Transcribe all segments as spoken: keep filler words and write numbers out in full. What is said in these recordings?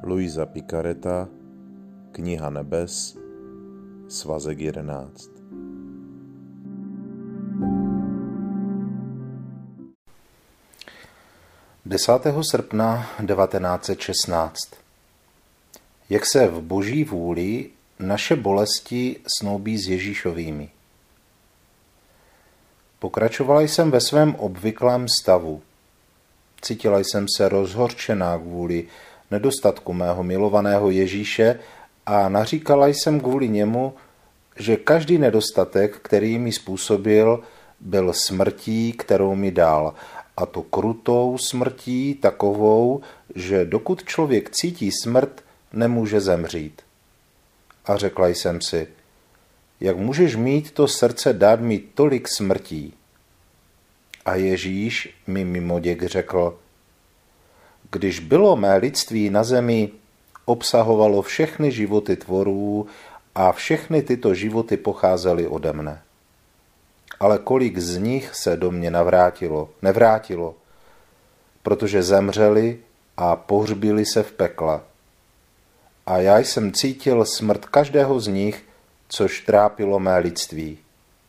Luisa Picareta, Kniha nebes, svazek jedenáct. desátého srpna devatenáct set šestnáct. Jak se v Boží vůli naše bolesti snoubí s Ježíšovými. Pokračovala jsem ve svém obvyklém stavu. Cítila jsem se rozhorčená kvůli nedostatku mého milovaného Ježíše a naříkala jsem kvůli němu, že každý nedostatek, který mi způsobil, byl smrtí, kterou mi dal, a to krutou smrtí, takovou, že dokud člověk cítí smrt, nemůže zemřít. A řekla jsem si, jak můžeš mít to srdce dát mi tolik smrtí? A Ježíš mi mimoděk řekl, když bylo mé lidství na zemi, obsahovalo všechny životy tvorů a všechny tyto životy pocházely ode mne. Ale kolik z nich se do mě navrátilo, nevrátilo, protože zemřeli a pohřbili se v pekle. A já jsem cítil smrt každého z nich, což trápilo mé lidství.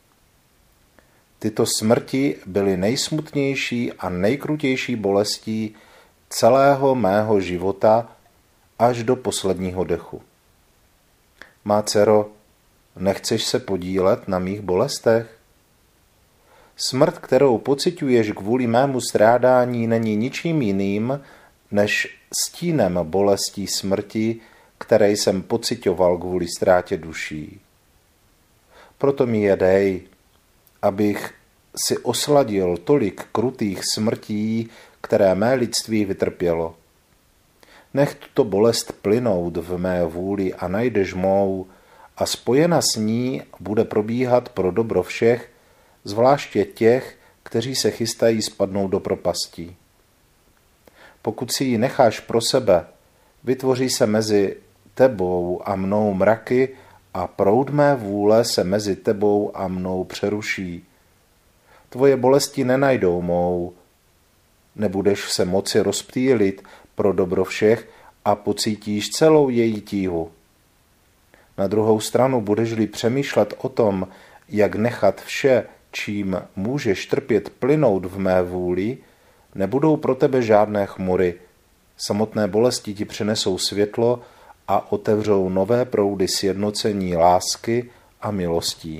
Tyto smrti byly nejsmutnější a nejkrutější bolestí celého mého života až do posledního dechu. Má dcero, nechceš se podílet na mých bolestech? Smrt, kterou pociťuješ kvůli mému strádání, není ničím jiným, než stínem bolestí smrti, které jsem pociťoval kvůli ztrátě duší. Proto mi je dej, abych si osladil tolik krutých smrtí, které mé lidství vytrpělo. Nech tuto bolest plynout v mé vůli a najdeš mou a spojena s ní bude probíhat pro dobro všech, zvláště těch, kteří se chystají spadnout do propastí. Pokud si ji necháš pro sebe, vytvoří se mezi tebou a mnou mraky a proud mé vůle se mezi tebou a mnou přeruší. Tvoje bolesti nenajdou mou, nebudeš se moci rozptýlit pro dobro všech a pocítíš celou její tíhu. Na druhou stranu budeš-li přemýšlet o tom, jak nechat vše, čím můžeš trpět, plynout v mé vůli, nebudou pro tebe žádné chmury. Samotné bolesti ti přinesou světlo a otevřou nové proudy sjednocení lásky a milostí.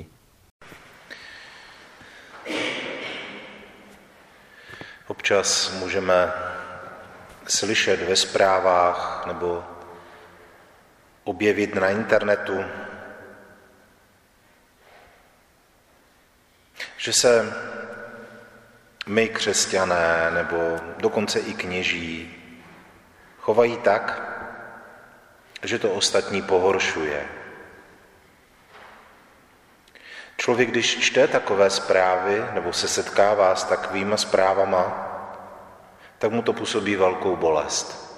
Občas můžeme slyšet ve zprávách nebo objevit na internetu, že se my, křesťané, nebo dokonce i kněží, chovají tak, že to ostatní pohoršuje. Člověk, když čte takové zprávy nebo se setkává s takovými zprávama, tak mu to působí velkou bolest.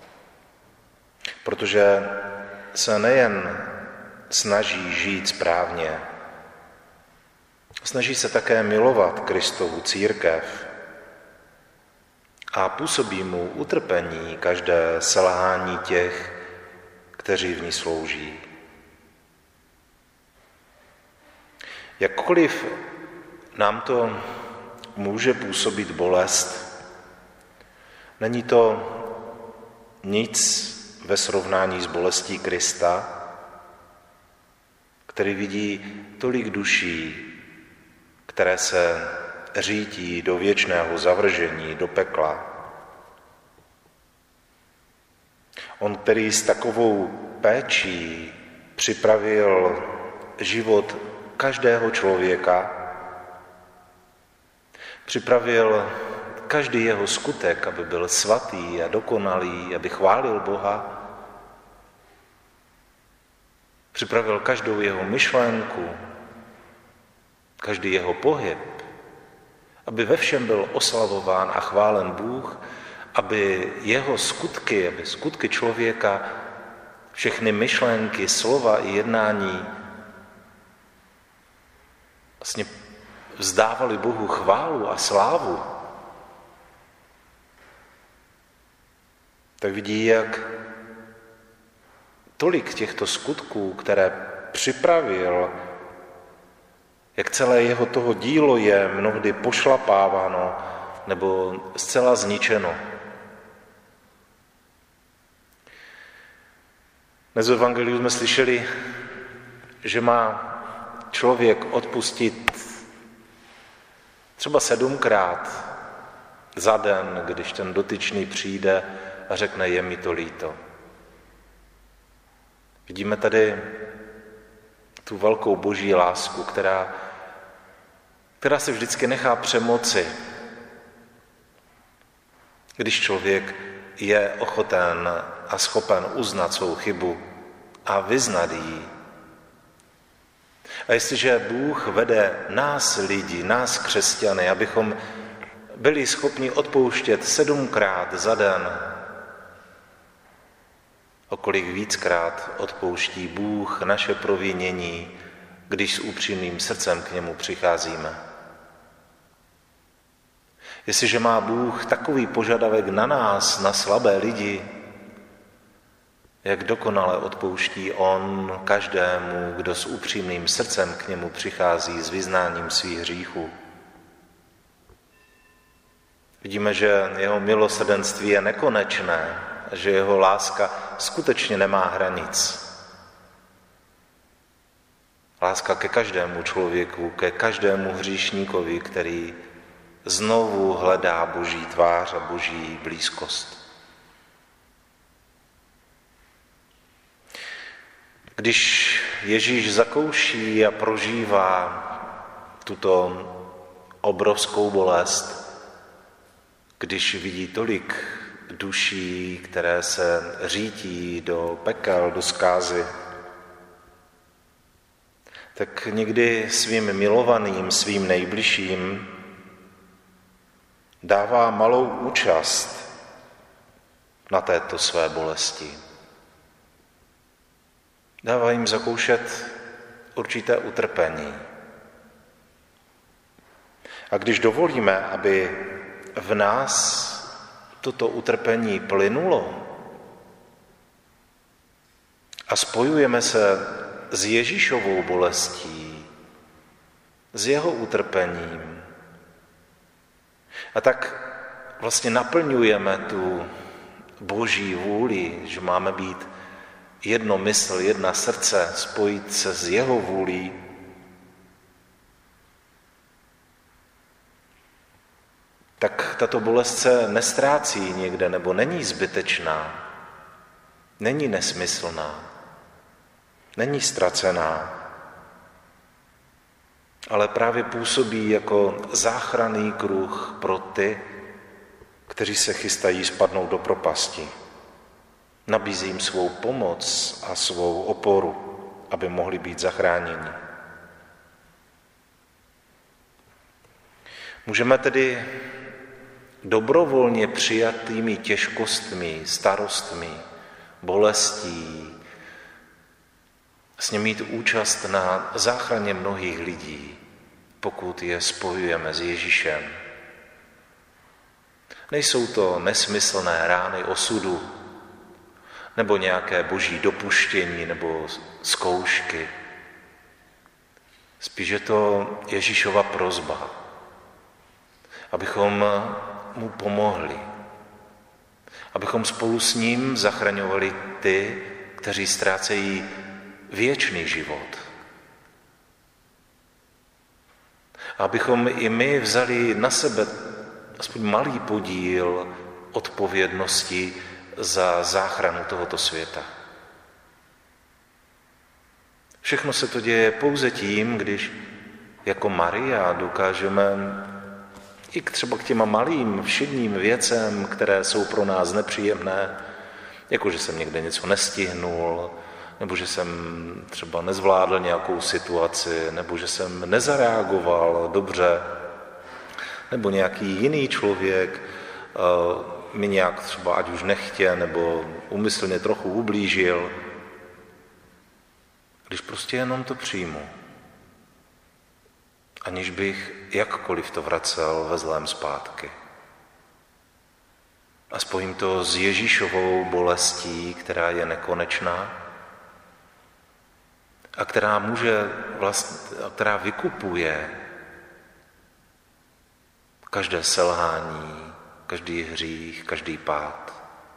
Protože se nejen snaží žít správně, snaží se také milovat Kristovu církev a působí mu utrpení každé selhání těch, kteří v ní slouží. Jakkoliv nám to může působit bolest, není to nic ve srovnání s bolestí Krista, který vidí tolik duší, které se řítí do věčného zavržení, do pekla. On, který s takovou péčí připravil život každého člověka, připravil každý jeho skutek, aby byl svatý a dokonalý, aby chválil Boha, připravil každou jeho myšlenku, každý jeho pohyb, aby ve všem byl oslavován a chválen Bůh, aby jeho skutky, aby skutky člověka, všechny myšlenky, slova i jednání vlastně vzdávali Bohu chválu a slávu. Tak vidí, jak tolik těchto skutků, které připravil, jak celé jeho toho dílo je mnohdy pošlapáváno nebo zcela zničeno. Dnes v Evangeliu jsme slyšeli, že má člověk odpustit třeba sedmkrát za den, když ten dotyčný přijde a řekne, je mi to líto. Vidíme tady tu velkou boží lásku, která, která se vždycky nechá přemoci, když člověk je ochoten a schopen uznat svou chybu a vyznat ji. A jestliže Bůh vede nás lidi, nás křesťany, abychom byli schopni odpouštět sedmkrát za den, o kolik víckrát odpouští Bůh naše provinění, když s upřímným srdcem k němu přicházíme. Jestliže má Bůh takový požadavek na nás, na slabé lidi, jak dokonale odpouští On každému, kdo s upřímným srdcem k němu přichází s vyznáním svých hříchů. Vidíme, že jeho milosrdenství je nekonečné a že jeho láska skutečně nemá hranic. Láska ke každému člověku, ke každému hříšníkovi, který znovu hledá Boží tvář a Boží blízkost. Když Ježíš zakouší a prožívá tuto obrovskou bolest, když vidí tolik duší, které se řítí do pekel, do zkázy, tak někdy svým milovaným, svým nejbližším dává malou účast na této své bolesti. Dává jim zakoušet určité utrpení. A když dovolíme, aby v nás toto utrpení plynulo a spojujeme se s Ježíšovou bolestí, s jeho utrpením, a tak vlastně naplňujeme tu Boží vůli, že máme být jedno mysl, jedna srdce, spojit se s jeho vůlí, tak tato bolest se nestrácí někde nebo není zbytečná, není nesmyslná, není ztracená, ale právě působí jako záchranný kruh pro ty, kteří se chystají spadnout do propasti. Nabízí jim svou pomoc a svou oporu, aby mohli být zachráněni. Můžeme tedy dobrovolně přijatými těžkostmi, starostmi, bolestí s ním mít účast na záchraně mnohých lidí, pokud je spojujeme s Ježíšem. Nejsou to nesmyslné rány osudu, nebo nějaké boží dopuštění, nebo zkoušky. Spíš je to Ježíšova prosba, abychom mu pomohli, abychom spolu s ním zachraňovali ty, kteří ztrácejí věčný život. Abychom i my vzali na sebe aspoň malý podíl odpovědnosti za záchranu tohoto světa. Všechno se to děje pouze tím, když jako Maria dokážeme i třeba k těma malým všedním věcem, které jsou pro nás nepříjemné, jako že jsem někde něco nestihnul, nebo že jsem třeba nezvládl nějakou situaci, nebo že jsem nezareagoval dobře, nebo nějaký jiný člověk mi nějak třeba ať už nechtě, nebo úmyslně trochu ublížil, když prostě jenom to přijmu, aniž bych jakkoliv to vracel ve zlém zpátky. A spojím to s Ježíšovou bolestí, která je nekonečná, a která může vlastně, která vykupuje každé selhání, každý hřích, každý pád.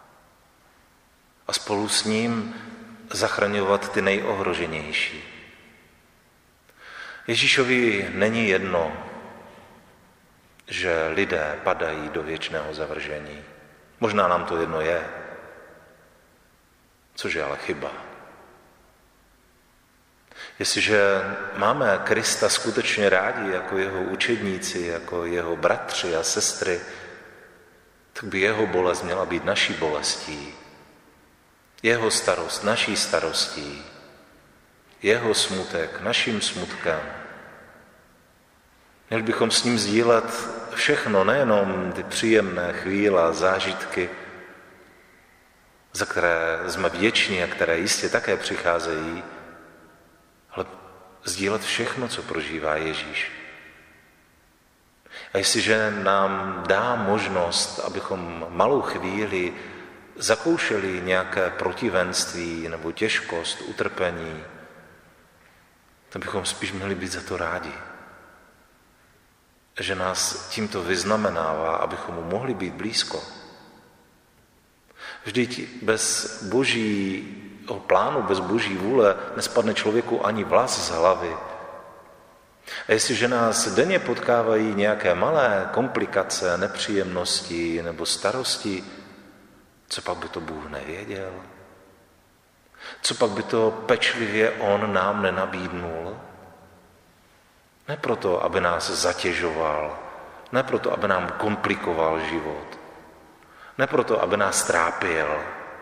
A spolu s ním zachraňovat ty nejohroženější. Ježíšovi není jedno, že lidé padají do věčného zavržení. Možná nám to jedno je, což je ale chyba. Jestliže máme Krista skutečně rádi jako jeho učedníci, jako jeho bratři a sestry, tak by jeho bolest měla být naší bolestí. Jeho starost naší starostí. Jeho smutek naším smutkem. Měli bychom s ním sdílet všechno, nejenom ty příjemné chvíle, zážitky, za které jsme vděční a které jistě také přicházejí, ale sdílet všechno, co prožívá Ježíš. A jestliže nám dá možnost, abychom malou chvíli zakoušeli nějaké protivenství nebo těžkost, utrpení, tak bychom spíš měli být za to rádi. Že nás tímto vyznamenává, abychom mu mohli být blízko. Vždyť bez božího plánu, bez boží vůle nespadne člověku ani vlas z hlavy. A jestliže nás denně potkávají nějaké malé komplikace, nepříjemnosti nebo starosti, co pak by to Bůh nevěděl? Co pak by to pečlivě on nám nenabídnul? Ne proto, aby nás zatěžoval, ne proto, aby nám komplikoval život, ne proto, aby nás trápil,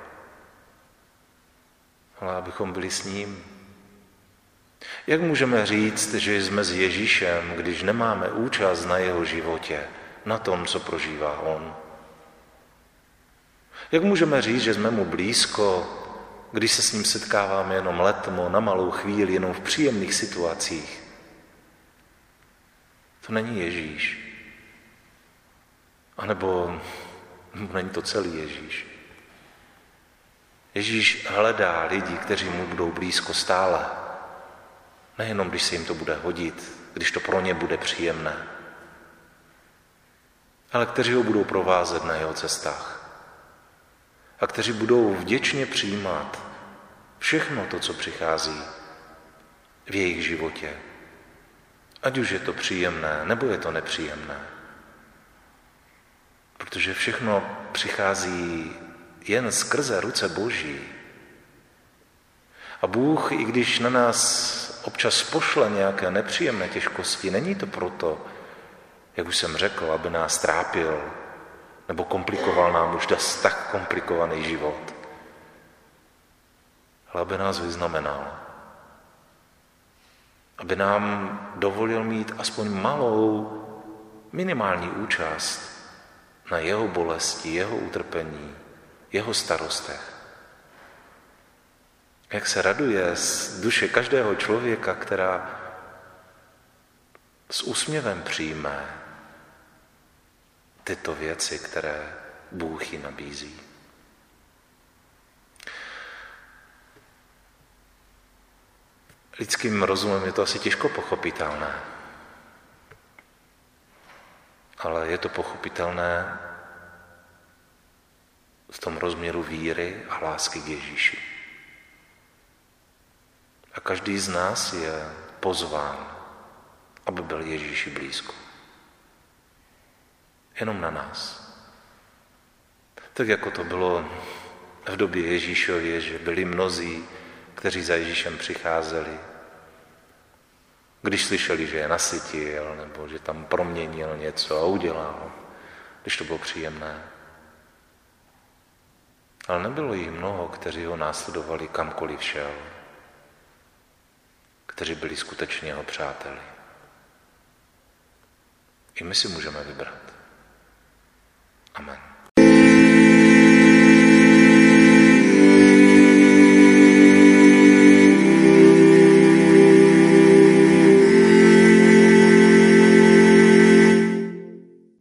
ale abychom byli s ním. Jak můžeme říct, že jsme s Ježíšem, když nemáme účast na jeho životě, na tom, co prožívá on? Jak můžeme říct, že jsme mu blízko, když se s ním setkáváme jenom letmo, na malou chvíli, jenom v příjemných situacích? To není Ježíš. A nebo není to celý Ježíš. Ježíš hledá lidi, kteří mu budou blízko stále. Nejenom, když se jim to bude hodit, když to pro ně bude příjemné, ale kteří ho budou provázet na jeho cestách. A kteří budou vděčně přijímat všechno to, co přichází v jejich životě. Ať už je to příjemné, nebo je to nepříjemné. Protože všechno přichází jen skrze ruce Boží. A Bůh, i když na nás občas pošle nějaké nepříjemné těžkosti, není to proto, jak už jsem řekl, aby nás trápil, nebo komplikoval nám už dost tak komplikovaný život, ale aby nás vyznamenal. Aby nám dovolil mít aspoň malou, minimální účast na jeho bolesti, jeho utrpení, jeho starostech. Jak se raduje z duše každého člověka, která s úsměvem přijme tyto věci, které Bůh jí nabízí. Lidským rozumem je to asi těžko pochopitelné, ale je to pochopitelné v tom rozměru víry a lásky k Ježíši. A každý z nás je pozván, aby byl Ježíši blízko. Jenom na nás. Tak jako to bylo v době Ježíšově, že byli mnozí, kteří za Ježíšem přicházeli, když slyšeli, že je nasytil, nebo že tam proměnil něco a udělal, když to bylo příjemné. Ale nebylo jich mnoho, kteří ho následovali kamkoliv šel, kteří byli skutečně jeho přáteli. I my si můžeme vybrat. Amen.